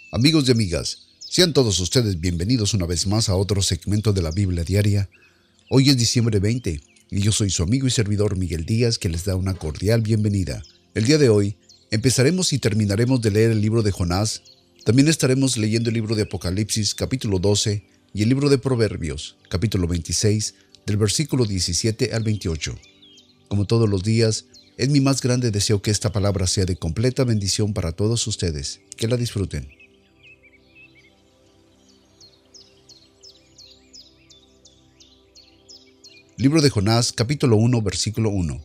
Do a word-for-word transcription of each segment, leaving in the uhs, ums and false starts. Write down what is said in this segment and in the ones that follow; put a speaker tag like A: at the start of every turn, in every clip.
A: Amigos y amigas, sean todos ustedes bienvenidos una vez más a otro segmento de la Biblia Diaria. Hoy es diciembre veinte y yo soy su amigo y servidor Miguel Díaz, que les da una cordial bienvenida. El día de hoy empezaremos y terminaremos de leer el libro de Jonás. También estaremos leyendo el libro de Apocalipsis, capítulo doce, y el libro de Proverbios, capítulo veintiséis, del versículo diecisiete al veintiocho. Como todos los días, es mi más grande deseo que esta palabra sea de completa bendición para todos ustedes. Que la disfruten. Libro de Jonás, capítulo uno, versículo uno.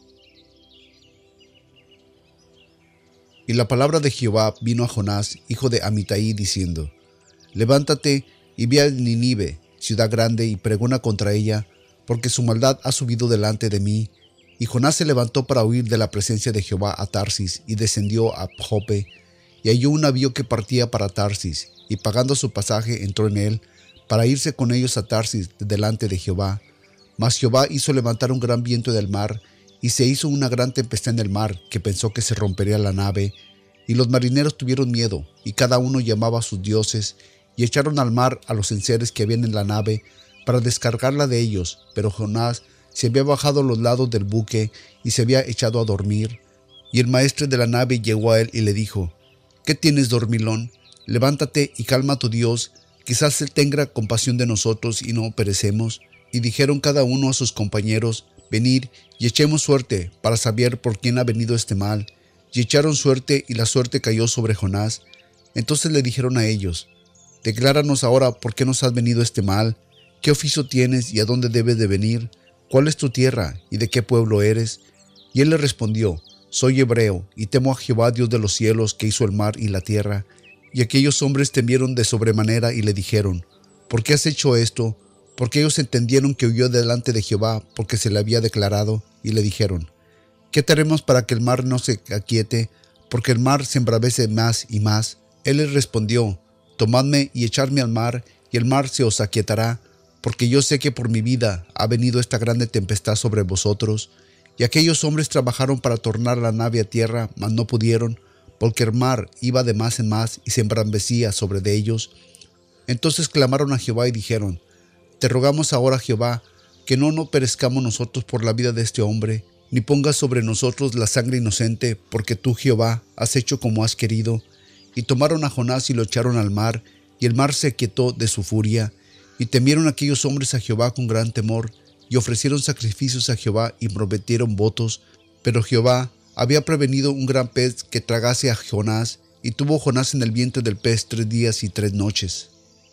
A: Y la palabra de Jehová vino a Jonás, hijo de Amitai, diciendo: Levántate y ve a Nínive, ciudad grande, y pregona contra ella, porque su maldad ha subido delante de mí. Y Jonás se levantó para huir de la presencia de Jehová a Tarsis, y descendió a Jope, y halló un navío que partía para Tarsis, y pagando su pasaje entró en él, para irse con ellos a Tarsis delante de Jehová. Mas Jehová hizo levantar un gran viento del mar, y se hizo una gran tempestad en el mar, que pensó que se rompería la nave. Y los marineros tuvieron miedo, y cada uno llamaba a sus dioses, y echaron al mar a los enseres que habían en la nave, para descargarla de ellos. Pero Jonás se había bajado a los lados del buque, y se había echado a dormir. Y el maestre de la nave llegó a él y le dijo: ¿Qué tienes, dormilón? Levántate y calma a tu Dios, quizás él tenga compasión de nosotros y no perecemos. Y dijeron cada uno a sus compañeros: Venid y echemos suerte, para saber por quién ha venido este mal. Y echaron suerte, y la suerte cayó sobre Jonás. Entonces le dijeron a ellos: Decláranos ahora por qué nos has venido este mal. ¿Qué oficio tienes y a dónde debes de venir? ¿Cuál es tu tierra y de qué pueblo eres? Y él le respondió: Soy hebreo, y temo a Jehová, Dios de los cielos, que hizo el mar y la tierra. Y aquellos hombres temieron de sobremanera y le dijeron: ¿Por qué has hecho esto? Porque ellos entendieron que huyó delante de Jehová, porque se le había declarado, y le dijeron: ¿Qué haremos para que el mar no se aquiete? Porque el mar se embravece más y más. Él les respondió: Tomadme y echadme al mar, y el mar se os aquietará, porque yo sé que por mi vida ha venido esta grande tempestad sobre vosotros. Y aquellos hombres trabajaron para tornar la nave a tierra, mas no pudieron, porque el mar iba de más en más y se embravecía sobre de ellos. Entonces clamaron a Jehová y dijeron: Te rogamos ahora, Jehová, que no no perezcamos nosotros por la vida de este hombre, ni pongas sobre nosotros la sangre inocente, porque tú, Jehová, has hecho como has querido. Y tomaron a Jonás y lo echaron al mar, y el mar se quietó de su furia. Y temieron aquellos hombres a Jehová con gran temor, y ofrecieron sacrificios a Jehová y prometieron votos. Pero Jehová había prevenido un gran pez que tragase a Jonás, y tuvo Jonás en el vientre del pez tres días y tres noches.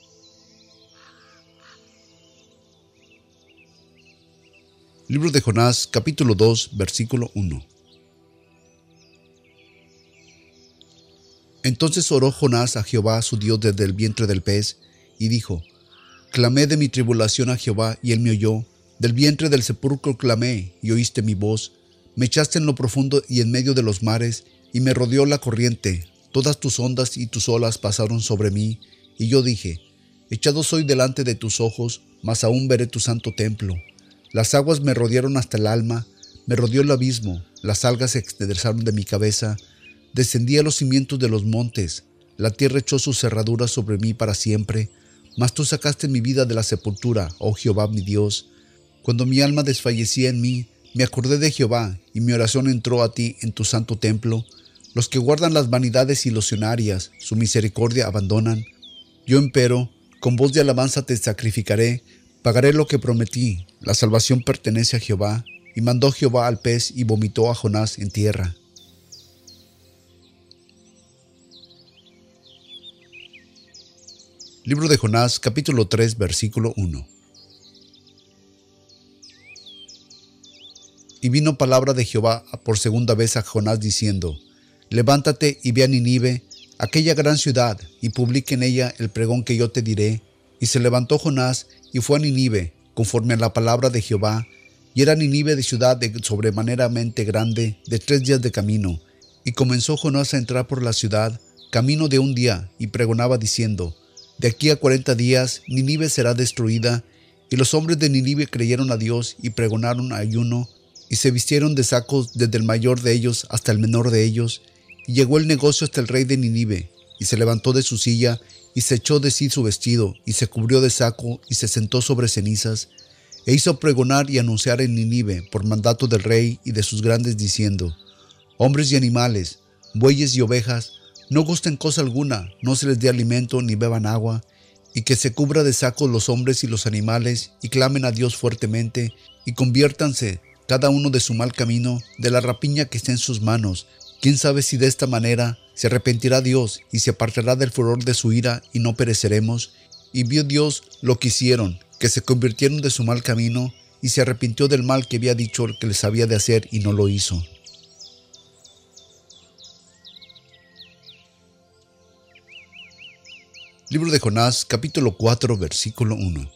A: Libro de Jonás, capítulo dos, versículo uno. Entonces oró Jonás a Jehová su Dios desde el vientre del pez, y dijo: Clamé de mi tribulación a Jehová, y él me oyó. Del vientre del sepulcro clamé, y oíste mi voz. Me echaste en lo profundo y en medio de los mares, y me rodeó la corriente. Todas tus ondas y tus olas pasaron sobre mí. Y yo dije: Echado soy delante de tus ojos, mas aún veré tu santo templo. Las aguas me rodearon hasta el alma, me rodeó el abismo, las algas se extenderon de mi cabeza. Descendí a los cimientos de los montes, la tierra echó sus cerraduras sobre mí para siempre. Mas tú sacaste mi vida de la sepultura, oh Jehová mi Dios. Cuando mi alma desfallecía en mí, me acordé de Jehová, y mi oración entró a ti en tu santo templo. Los que guardan las vanidades ilusionarias, su misericordia abandonan. Yo empero, con voz de alabanza te sacrificaré, pagaré lo que prometí. La salvación pertenece a Jehová. Y mandó Jehová al pez y vomitó a Jonás en tierra. Libro de Jonás, capítulo tres, versículo uno. Y vino palabra de Jehová por segunda vez a Jonás diciendo: Levántate y ve a Nínive, aquella gran ciudad, y publica en ella el pregón que yo te diré. Y se levantó Jonás y fue a Nínive, conforme a la palabra de Jehová. Y era Nínive de ciudad de sobremaneramente grande, de tres días de camino. Y comenzó Jonás a entrar por la ciudad, camino de un día, y pregonaba diciendo: De aquí a cuarenta días Nínive será destruida. Y los hombres de Nínive creyeron a Dios y pregonaron ayuno, y se vistieron de sacos desde el mayor de ellos hasta el menor de ellos. Y llegó el negocio hasta el rey de Nínive, y se levantó de su silla, y se echó de sí su vestido, y se cubrió de saco, y se sentó sobre cenizas, e hizo pregonar y anunciar en Nínive, por mandato del rey y de sus grandes, diciendo: hombres y animales, bueyes y ovejas, no gusten cosa alguna, no se les dé alimento ni beban agua, y que se cubra de saco los hombres y los animales, y clamen a Dios fuertemente, y conviértanse cada uno de su mal camino, de la rapiña que está en sus manos. Quién sabe si de esta manera se arrepentirá Dios, y se apartará del furor de su ira, y no pereceremos. Y vio Dios lo que hicieron, que se convirtieron de su mal camino, y se arrepintió del mal que había dicho que les había de hacer, y no lo hizo. Libro de Jonás, capítulo cuatro, versículo uno.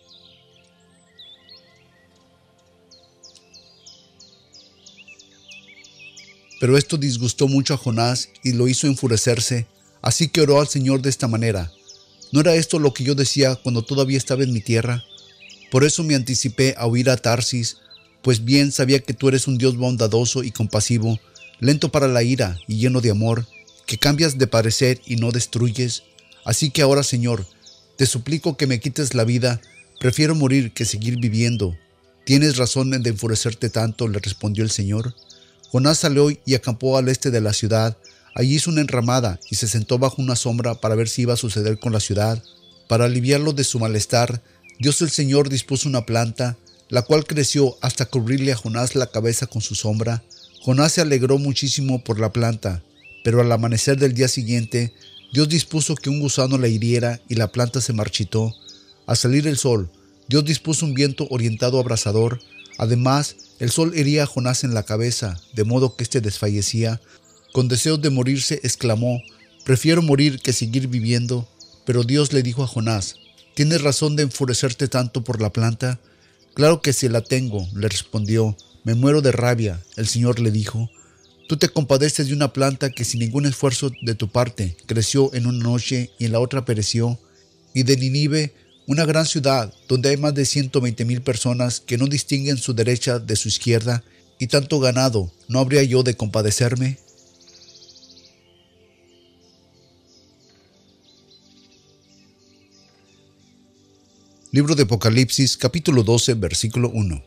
A: Pero esto disgustó mucho a Jonás y lo hizo enfurecerse, así que oró al Señor de esta manera: ¿no era esto lo que yo decía cuando todavía estaba en mi tierra? Por eso me anticipé a huir a Tarsis, pues bien sabía que tú eres un Dios bondadoso y compasivo, lento para la ira y lleno de amor, que cambias de parecer y no destruyes. Así que ahora, Señor, te suplico que me quites la vida, prefiero morir que seguir viviendo. ¿Tienes razón en de enfurecerte tanto?, le respondió el Señor. Jonás salió y acampó al este de la ciudad. Allí hizo una enramada y se sentó bajo una sombra para ver si iba a suceder con la ciudad. Para aliviarlo de su malestar, Dios el Señor dispuso una planta, la cual creció hasta cubrirle a Jonás la cabeza con su sombra. Jonás se alegró muchísimo por la planta, pero al amanecer del día siguiente, Dios dispuso que un gusano la hiriera y la planta se marchitó. Al salir el sol, Dios dispuso un viento orientado abrasador. Además, el sol hería a Jonás en la cabeza, de modo que éste desfallecía. Con deseos de morirse, exclamó: prefiero morir que seguir viviendo. Pero Dios le dijo a Jonás: ¿tienes razón de enfurecerte tanto por la planta? Claro que sí la tengo, le respondió. Me muero de rabia. El Señor le dijo: tú te compadeces de una planta que sin ningún esfuerzo de tu parte creció en una noche y en la otra pereció, y de Nínive, una gran ciudad donde hay más de ciento veinte mil personas que no distinguen su derecha de su izquierda, y tanto ganado, ¿no habría yo de compadecerme? Libro de Apocalipsis, capítulo doce, versículo uno.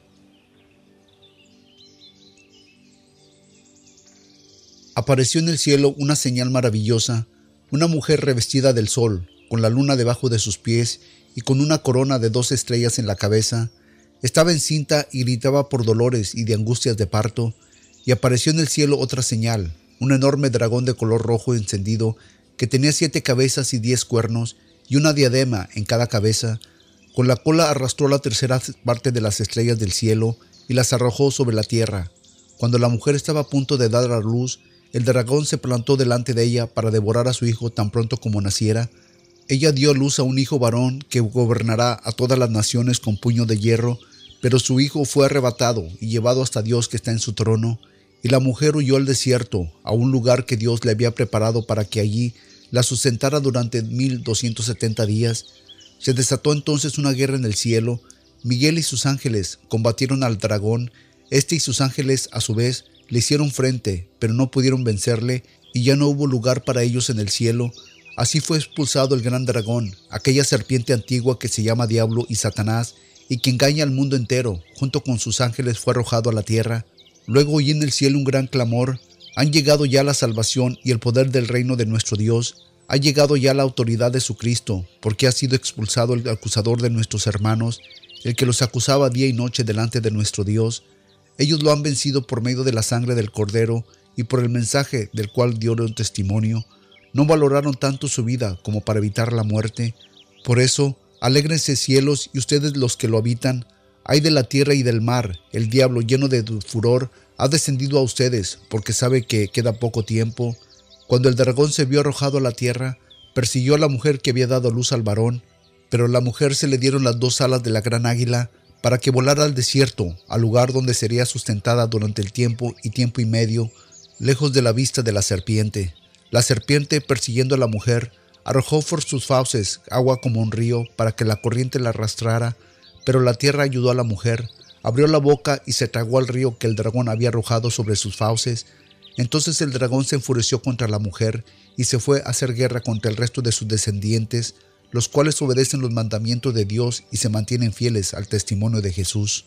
A: Apareció en el cielo una señal maravillosa, una mujer revestida del sol, con la luna debajo de sus pies y con una corona de dos estrellas en la cabeza. Estaba encinta y gritaba por dolores y de angustias de parto. Y apareció en el cielo otra señal, un enorme dragón de color rojo encendido, que tenía siete cabezas y diez cuernos, y una diadema en cada cabeza. Con la cola arrastró la tercera parte de las estrellas del cielo y las arrojó sobre la tierra. Cuando la mujer estaba a punto de dar a luz, el dragón se plantó delante de ella para devorar a su hijo tan pronto como naciera. Ella dio a luz a un hijo varón que gobernará a todas las naciones con puño de hierro, pero su hijo fue arrebatado y llevado hasta Dios que está en su trono, y la mujer huyó al desierto, a un lugar que Dios le había preparado para que allí la sustentara durante mil doscientos setenta días. Se desató entonces una guerra en el cielo. Miguel y sus ángeles combatieron al dragón. Este y sus ángeles, a su vez, le hicieron frente, pero no pudieron vencerle, y ya no hubo lugar para ellos en el cielo. Así fue expulsado el gran dragón, aquella serpiente antigua que se llama Diablo y Satanás, y que engaña al mundo entero. Junto con sus ángeles fue arrojado a la tierra. Luego oí en el cielo un gran clamor: han llegado ya la salvación y el poder del reino de nuestro Dios. Ha llegado ya la autoridad de su Cristo, porque ha sido expulsado el acusador de nuestros hermanos, el que los acusaba día y noche delante de nuestro Dios. Ellos lo han vencido por medio de la sangre del Cordero y por el mensaje del cual dieron testimonio. No valoraron tanto su vida como para evitar la muerte. Por eso, alégrense cielos y ustedes los que lo habitan. Ay de la tierra y del mar, el diablo lleno de furor ha descendido a ustedes, porque sabe que queda poco tiempo. Cuando el dragón se vio arrojado a la tierra, persiguió a la mujer que había dado luz al varón, pero a la mujer se le dieron las dos alas de la gran águila, para que volara al desierto, al lugar donde sería sustentada durante el tiempo y tiempo y medio, lejos de la vista de la serpiente. La serpiente, persiguiendo a la mujer, arrojó por sus fauces agua como un río para que la corriente la arrastrara, pero la tierra ayudó a la mujer, abrió la boca y se tragó al río que el dragón había arrojado sobre sus fauces. Entonces el dragón se enfureció contra la mujer y se fue a hacer guerra contra el resto de sus descendientes, los cuales obedecen los mandamientos de Dios y se mantienen fieles al testimonio de Jesús.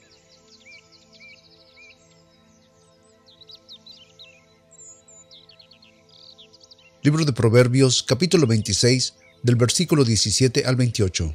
A: Libro de Proverbios, capítulo veintiséis, del versículo diecisiete al veintiocho.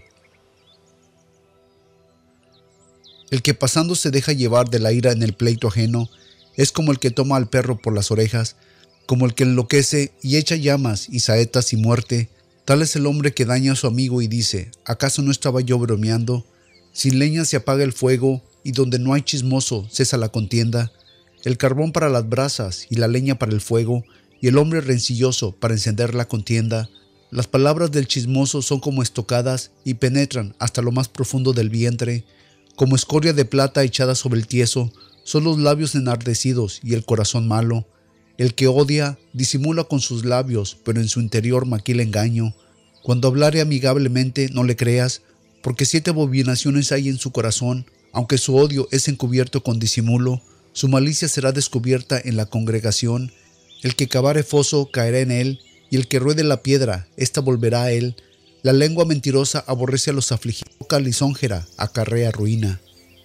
A: El que pasando se deja llevar de la ira en el pleito ajeno, es como el que toma al perro por las orejas, como el que enloquece y echa llamas y saetas y muerte. Tal es el hombre que daña a su amigo y dice, ¿acaso no estaba yo bromeando? Sin leña se apaga el fuego, y donde no hay chismoso cesa la contienda. El carbón para las brasas y la leña para el fuego, y el hombre rencilloso para encender la contienda. Las palabras del chismoso son como estocadas y penetran hasta lo más profundo del vientre. Como escoria de plata echada sobre el tieso, son los labios enardecidos y el corazón malo. El que odia disimula con sus labios, pero en su interior maquila engaño. Cuando hablare amigablemente, no le creas, porque siete abominaciones hay en su corazón. Aunque su odio es encubierto con disimulo, su malicia será descubierta en la congregación. El que cavare foso caerá en él, y el que ruede la piedra, ésta volverá a él. La lengua mentirosa aborrece a los afligidos, la boca lisonjera acarrea ruina.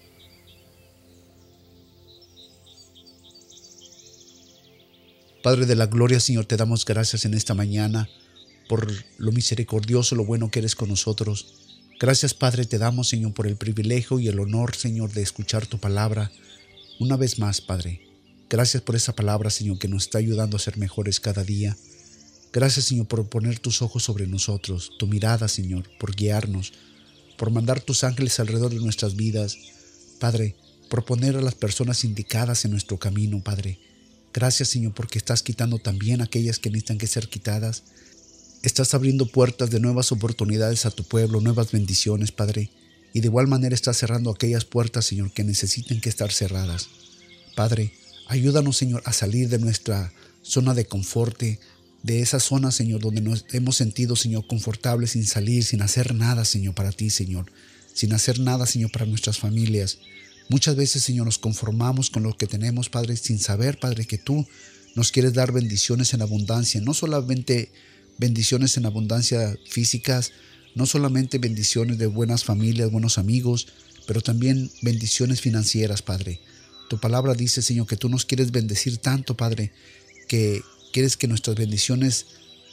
A: Padre de la gloria, Señor, te damos gracias en esta mañana por lo misericordioso, lo bueno que eres con nosotros. Gracias, Padre, te damos, Señor, por el privilegio y el honor, Señor, de escuchar tu palabra. Una vez más, Padre, gracias por esa palabra, Señor, que nos está ayudando a ser mejores cada día. Gracias, Señor, por poner tus ojos sobre nosotros, tu mirada, Señor, por guiarnos, por mandar tus ángeles alrededor de nuestras vidas. Padre, por poner a las personas indicadas en nuestro camino, Padre. Gracias, Señor, porque estás quitando también aquellas que necesitan que ser quitadas. Estás abriendo puertas de nuevas oportunidades a tu pueblo, nuevas bendiciones, Padre. Y de igual manera estás cerrando aquellas puertas, Señor, que necesiten que estar cerradas. Padre, ayúdanos, Señor, a salir de nuestra zona de confort, de esa zona, Señor, donde nos hemos sentido, Señor, confortables sin salir, sin hacer nada, Señor, para ti, Señor. Sin hacer nada, Señor, para nuestras familias. Muchas veces, Señor, nos conformamos con lo que tenemos, Padre, sin saber, Padre, que tú nos quieres dar bendiciones en abundancia. No solamente bendiciones en abundancia físicas, no solamente bendiciones de buenas familias, buenos amigos, pero también bendiciones financieras, Padre. Tu palabra dice, Señor, que tú nos quieres bendecir tanto, Padre, que quieres que nuestras bendiciones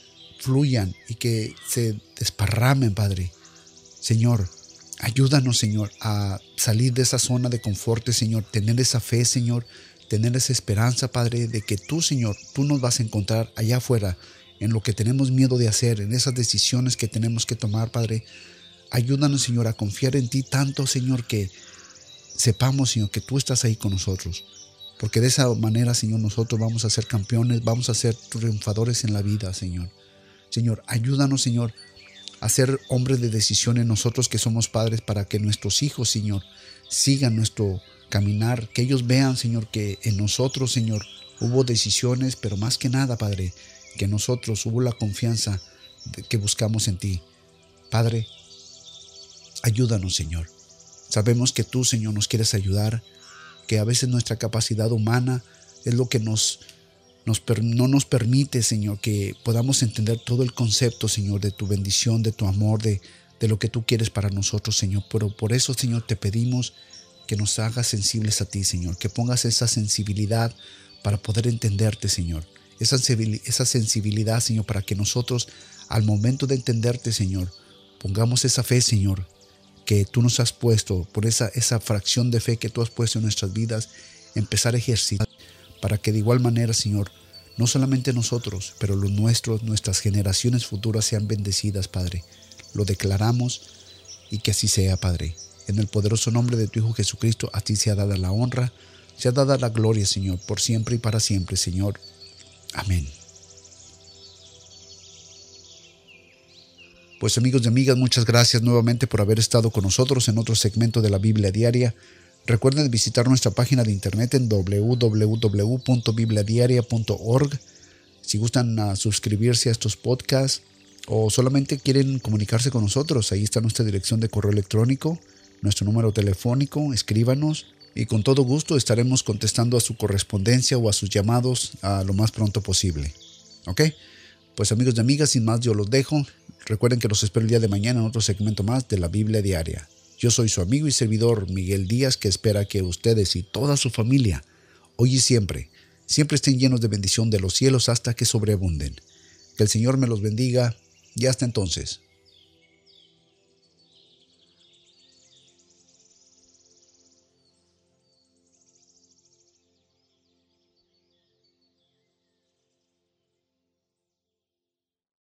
A: fluyan y que se desparramen, Padre. Señor, ayúdanos, Señor, a salir de esa zona de confort, Señor, tener esa fe, Señor, tener esa esperanza, Padre, de que tú, Señor, tú nos vas a encontrar allá afuera en lo que tenemos miedo de hacer, en esas decisiones que tenemos que tomar, Padre. Ayúdanos, Señor, a confiar en ti tanto, Señor, que sepamos, Señor, que tú estás ahí con nosotros. Porque de esa manera, Señor, nosotros vamos a ser campeones, vamos a ser triunfadores en la vida, Señor. Señor, ayúdanos, Señor, a ser hombres de decisiones nosotros que somos padres, para que nuestros hijos, Señor, sigan nuestro caminar, que ellos vean, Señor, que en nosotros, Señor, hubo decisiones, pero más que nada, Padre, que en nosotros hubo la confianza que buscamos en ti. Padre, ayúdanos, Señor. Sabemos que tú, Señor, nos quieres ayudar, que a veces nuestra capacidad humana es lo que nos, nos, no nos permite, Señor, que podamos entender todo el concepto, Señor, de tu bendición, de tu amor, de, de lo que tú quieres para nosotros, Señor. Pero por eso, Señor, te pedimos que nos hagas sensibles a ti, Señor, que pongas esa sensibilidad para poder entenderte, Señor. Esa, esa sensibilidad, Señor, para que nosotros, al momento de entenderte, Señor, pongamos esa fe, Señor, que tú nos has puesto, por esa, esa fracción de fe que tú has puesto en nuestras vidas, empezar a ejercitar, para que de igual manera, Señor, no solamente nosotros, pero los nuestros, nuestras generaciones futuras sean bendecidas, Padre. Lo declaramos y que así sea, Padre. En el poderoso nombre de tu Hijo Jesucristo, a ti sea dada la honra, sea dada la gloria, Señor, por siempre y para siempre, Señor. Amén. Pues amigos y amigas, muchas gracias nuevamente por haber estado con nosotros en otro segmento de la Biblia Diaria. Recuerden visitar nuestra página de internet en doble u doble u doble u punto biblia diaria punto org. Si gustan uh, suscribirse a estos podcasts o solamente quieren comunicarse con nosotros, ahí está nuestra dirección de correo electrónico, nuestro número telefónico, escríbanos y con todo gusto estaremos contestando a su correspondencia o a sus llamados a lo más pronto posible. ¿Ok? Pues amigos y amigas, sin más yo los dejo. Recuerden que los espero el día de mañana en otro segmento más de la Biblia Diaria. Yo soy su amigo y servidor Miguel Díaz, que espera que ustedes y toda su familia, hoy y siempre, siempre estén llenos de bendición de los cielos hasta que sobreabunden. Que el Señor me los bendiga y hasta entonces.